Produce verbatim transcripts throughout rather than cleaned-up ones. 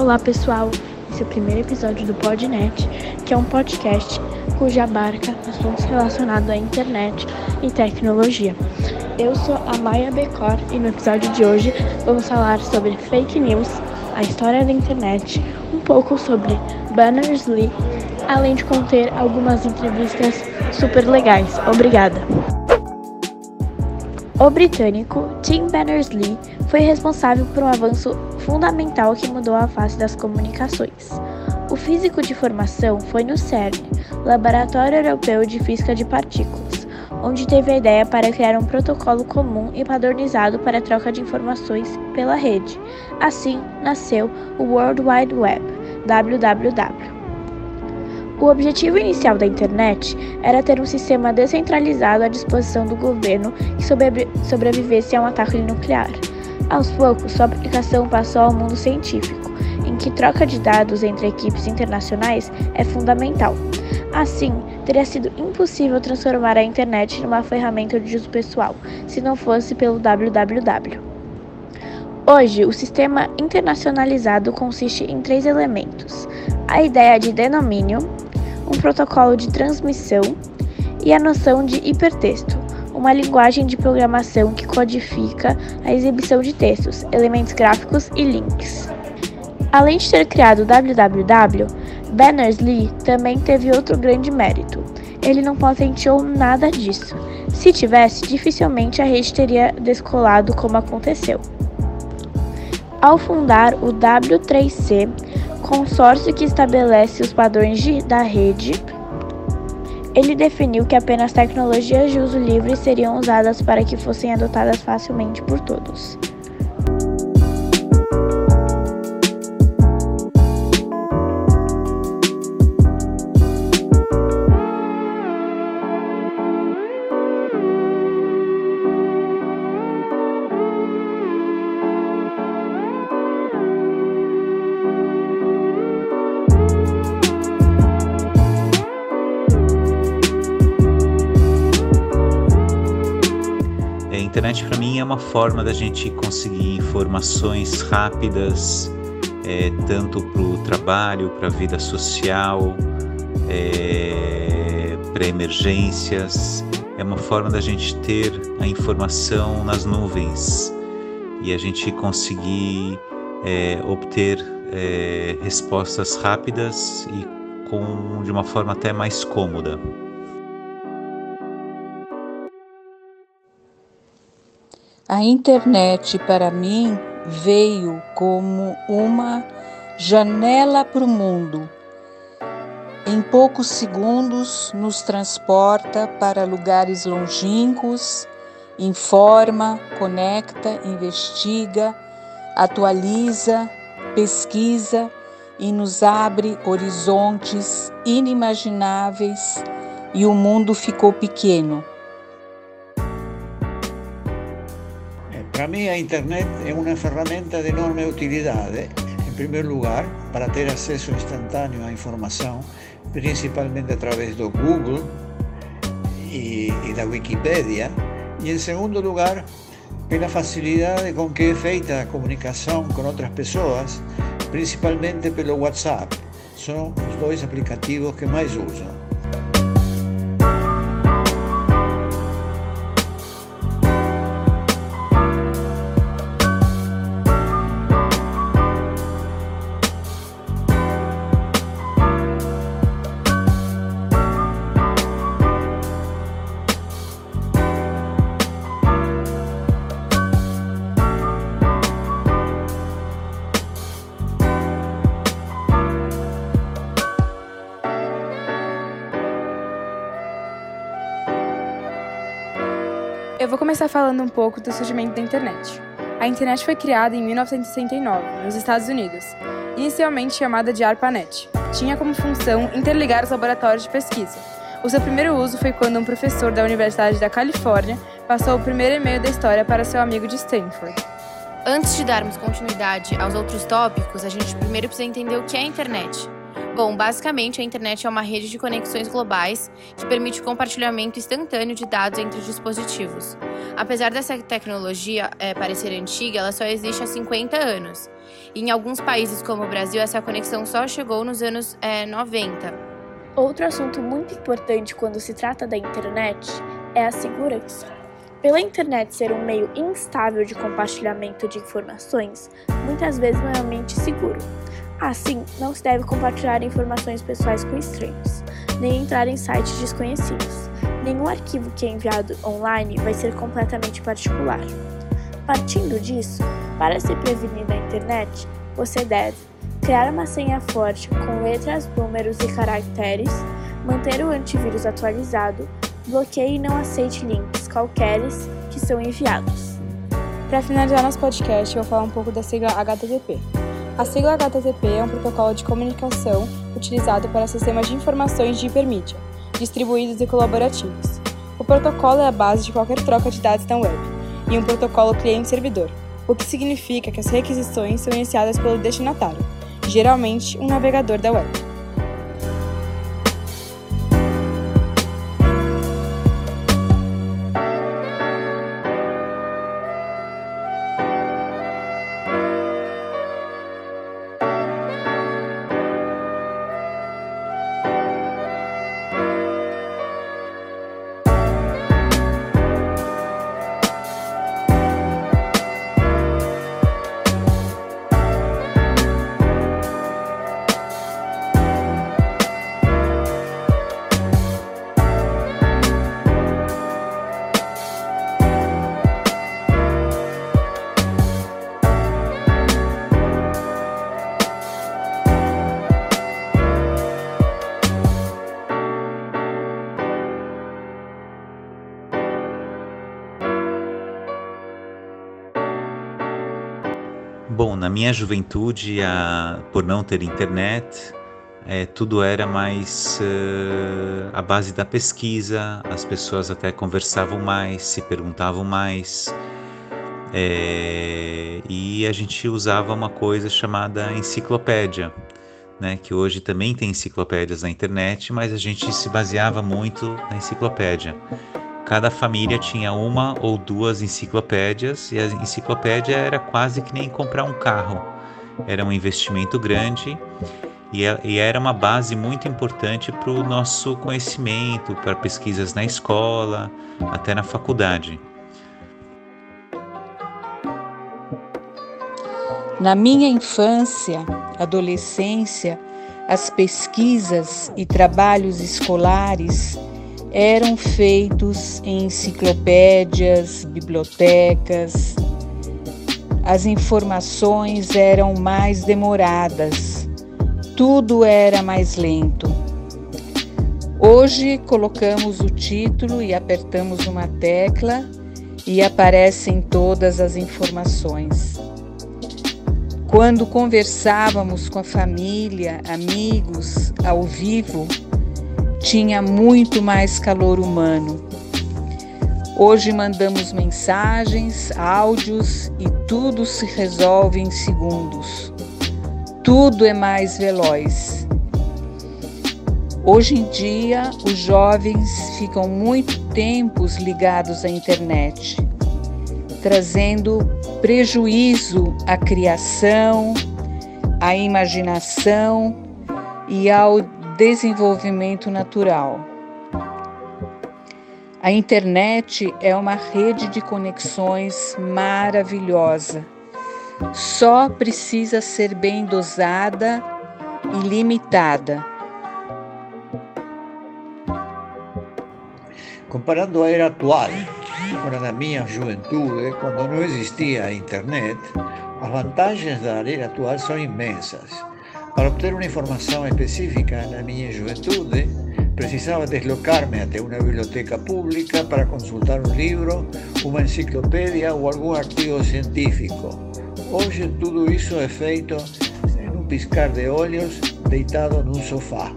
Olá pessoal, esse é o primeiro episódio do Podnet, que é um podcast cuja abarca assuntos relacionados à internet e tecnologia. Eu sou a Maia Becor e no episódio de hoje vamos falar sobre fake news, a história da internet, um pouco sobre Berners-Lee, além de conter algumas entrevistas super legais. Obrigada! O britânico Tim Berners-Lee foi responsável por um avanço fundamental que mudou a face das comunicações. O físico de formação foi no CERN, Laboratório Europeu de Física de Partículas, onde teve a ideia para criar um protocolo comum e padronizado para a troca de informações pela rede. Assim, nasceu o World Wide Web, W W W. O objetivo inicial da internet era ter um sistema descentralizado à disposição do governo que sobre- sobrevivesse a um ataque nuclear. Aos poucos, sua aplicação passou ao mundo científico, em que troca de dados entre equipes internacionais é fundamental. Assim, teria sido impossível transformar a internet numa ferramenta de uso pessoal, se não fosse pelo W W W. Hoje, o sistema internacionalizado consiste em três elementos: a ideia de denomínio, um protocolo de transmissão e a noção de hipertexto, uma linguagem de programação que codifica a exibição de textos, elementos gráficos e links. Além de ter criado o W W W, Berners-Lee também teve outro grande mérito. Ele não patenteou nada disso. Se tivesse, dificilmente a rede teria descolado como aconteceu. Ao fundar o W três C, consórcio que estabelece os padrões de, da rede, ele definiu que apenas tecnologias de uso livre seriam usadas para que fossem adotadas facilmente por todos. A internet, para mim, é uma forma da gente conseguir informações rápidas, é, tanto para o trabalho, para a vida social, é, para emergências. É uma forma da gente ter a informação nas nuvens e a gente conseguir é, obter é, respostas rápidas e com, de uma forma até mais cômoda. A internet, para mim, veio como uma janela para o mundo. Em poucos segundos, nos transporta para lugares longínquos, informa, conecta, investiga, atualiza, pesquisa e nos abre horizontes inimagináveis, e o mundo ficou pequeno. Para mí, a internet es una herramienta de enorme utilidad. En primer lugar, para tener acceso instantáneo a información, principalmente a través de Google y, y da Wikipedia. Y en segundo lugar, pela facilidad con que é feita a comunicação con otras pessoas, principalmente pelo WhatsApp. Son os dois aplicativos que mais uso. Eu vou começar falando um pouco do surgimento da internet. A internet foi criada em mil novecentos e sessenta e nove, nos Estados Unidos, inicialmente chamada de ARPANET. Tinha como função interligar os laboratórios de pesquisa. O seu primeiro uso foi quando um professor da Universidade da Califórnia passou o primeiro e-mail da história para seu amigo de Stanford. Antes de darmos continuidade aos outros tópicos, a gente primeiro precisa entender o que é a internet. Bom, basicamente a internet é uma rede de conexões globais que permite o compartilhamento instantâneo de dados entre os dispositivos. Apesar dessa tecnologia é, parecer antiga, ela só existe há cinquenta anos. E em alguns países como o Brasil, essa conexão só chegou nos anos é, noventa. Outro assunto muito importante quando se trata da internet é a segurança. Pela internet ser um meio instável de compartilhamento de informações, muitas vezes não é um ambiente seguro. Assim, não se deve compartilhar informações pessoais com estranhos, nem entrar em sites desconhecidos. Nenhum arquivo que é enviado online vai ser completamente particular. Partindo disso, para se prevenir da internet, você deve criar uma senha forte com letras, números e caracteres, manter o antivírus atualizado, bloqueie e não aceite links qualqueres que são enviados. Para finalizar nosso podcast, eu vou falar um pouco da sigla H T T P. A sigla H T T P é um protocolo de comunicação utilizado para sistemas de informações de hipermídia, distribuídos e colaborativos. O protocolo é a base de qualquer troca de dados na web, e um protocolo cliente-servidor, o que significa que as requisições são iniciadas pelo destinatário, geralmente um navegador da web. Bom, na minha juventude, a, por não ter internet, é, tudo era mais uh, a base da pesquisa, as pessoas até conversavam mais, se perguntavam mais, é, e a gente usava uma coisa chamada enciclopédia, né, que hoje também tem enciclopédias na internet, mas a gente se baseava muito na enciclopédia. Cada família tinha uma ou duas enciclopédias, e a enciclopédia era quase que nem comprar um carro. Era um investimento grande e era uma base muito importante para o nosso conhecimento, para pesquisas na escola, até na faculdade. Na minha infância, adolescência, as pesquisas e trabalhos escolares eram feitos em enciclopédias, bibliotecas. As informações eram mais demoradas, tudo era mais lento. Hoje colocamos o título e apertamos uma tecla e aparecem todas as informações. Quando conversávamos com a família, amigos, ao vivo, tinha muito mais calor humano. Hoje mandamos mensagens, áudios e tudo se resolve em segundos. Tudo é mais veloz. Hoje em dia, os jovens ficam muito tempo ligados à internet, trazendo prejuízo à criação, à imaginação e ao desenvolvimento natural. A internet é uma rede de conexões maravilhosa. Só precisa ser bem dosada e limitada. Comparando a era atual com a da minha juventude, quando não existia a internet, as vantagens da era atual são imensas. Para obter uma informação específica na minha juventude, precisava deslocar-me até uma biblioteca pública para consultar um livro, uma enciclopédia ou algum artigo científico. Hoje tudo isso é feito em um piscar de olhos, deitado num sofá.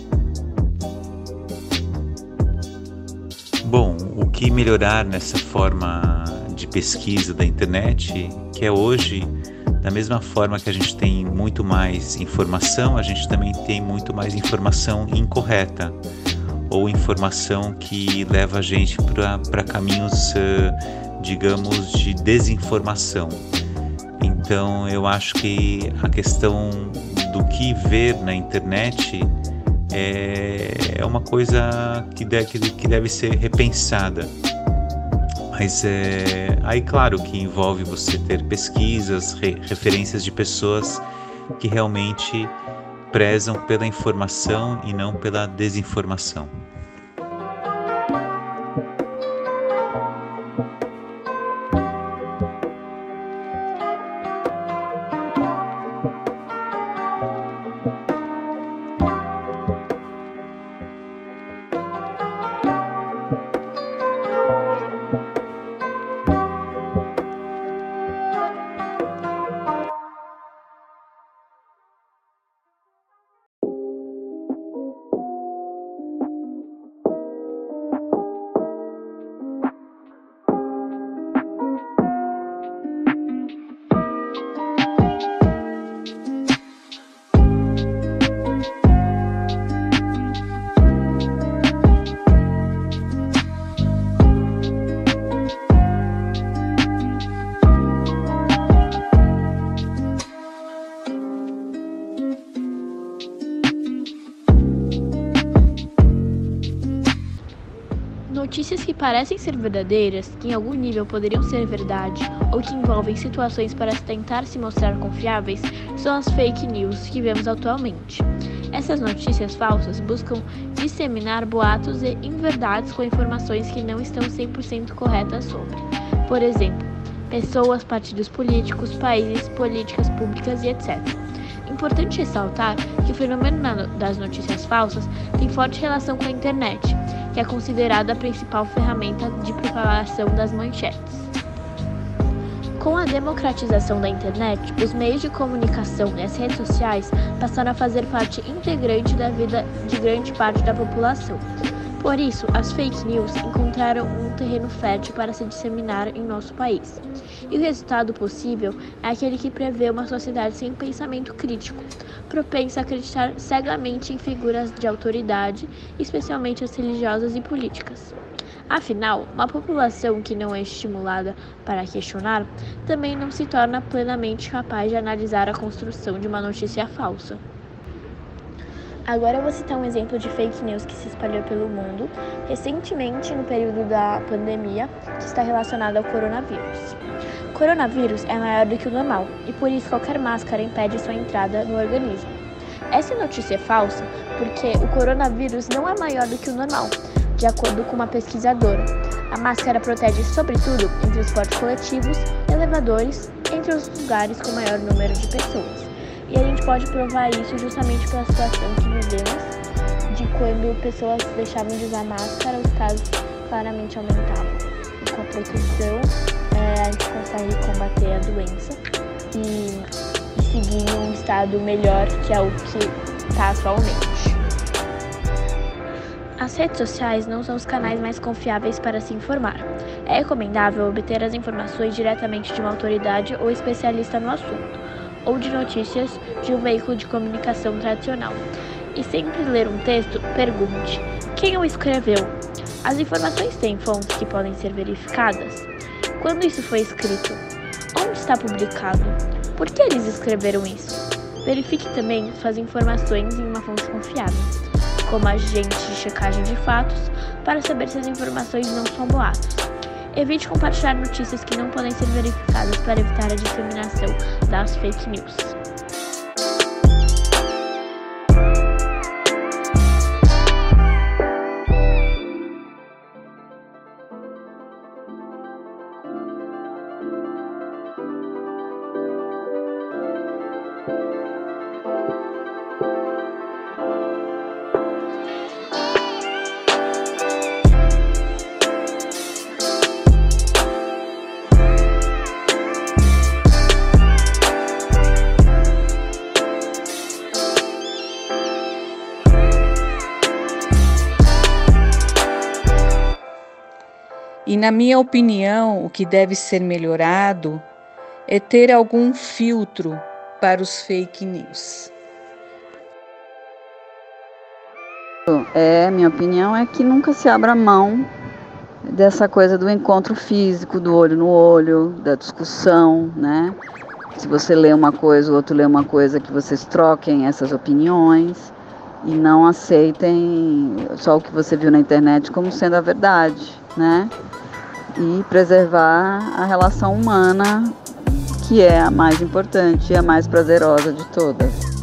Bom, o que melhorar nessa forma de pesquisa da internet, que é hoje Da mesma forma que a gente tem muito mais informação, a gente também tem muito mais informação incorreta, ou informação que leva a gente para caminhos, digamos, de desinformação. Então eu acho que a questão do que ver na internet é, é uma coisa que deve, que deve ser repensada. Mas é, aí claro que envolve você ter pesquisas, re, referências de pessoas que realmente prezam pela informação e não pela desinformação. Notícias que parecem ser verdadeiras, que em algum nível poderiam ser verdade, ou que envolvem situações para tentar se mostrar confiáveis, são as fake news que vemos atualmente. Essas notícias falsas buscam disseminar boatos e inverdades com informações que não estão cem por cento corretas sobre, por exemplo, pessoas, partidos políticos, países, políticas públicas e etcétera. Importante ressaltar que o fenômeno das notícias falsas tem forte relação com a internet, que é considerada a principal ferramenta de propagação das manchetes. Com a democratização da internet, os meios de comunicação e as redes sociais passaram a fazer parte integrante da vida de grande parte da população. Por isso, as fake news encontraram um terreno fértil para se disseminar em nosso país. E o resultado possível é aquele que prevê uma sociedade sem pensamento crítico, propensa a acreditar cegamente em figuras de autoridade, especialmente as religiosas e políticas. Afinal, uma população que não é estimulada para questionar também não se torna plenamente capaz de analisar a construção de uma notícia falsa. Agora eu vou citar um exemplo de fake news que se espalhou pelo mundo recentemente no período da pandemia, que está relacionado ao coronavírus. O coronavírus é maior do que o normal e por isso qualquer máscara impede sua entrada no organismo. Essa notícia é falsa porque o coronavírus não é maior do que o normal, de acordo com uma pesquisadora. A máscara protege sobretudo em transportes coletivos, elevadores, entre os lugares com maior número de pessoas. E a gente pode provar isso justamente pela situação que vivemos, de quando pessoas deixavam de usar máscara, os casos claramente aumentavam. E com a proteção, é, a gente consegue combater a doença e, e seguir em um estado melhor, que é o que está atualmente. As redes sociais não são os canais mais confiáveis para se informar. É recomendável obter as informações diretamente de uma autoridade ou especialista no assunto, ou de notícias de um veículo de comunicação tradicional. E sempre ler um texto, pergunte: quem o escreveu? As informações têm fontes que podem ser verificadas? Quando isso foi escrito? Onde está publicado? Por que eles escreveram isso? Verifique também suas informações em uma fonte confiável, como agente de checagem de fatos, para saber se as informações não são boatos. Evite compartilhar notícias que não podem ser verificadas para evitar a disseminação das fake news. E, na minha opinião, o que deve ser melhorado é ter algum filtro para os fake news. É, minha opinião é que nunca se abra mão dessa coisa do encontro físico, do olho no olho, da discussão, né? Se você lê uma coisa, o outro lê uma coisa, que vocês troquem essas opiniões e não aceitem só o que você viu na internet como sendo a verdade, né? E preservar a relação humana, que é a mais importante e a mais prazerosa de todas.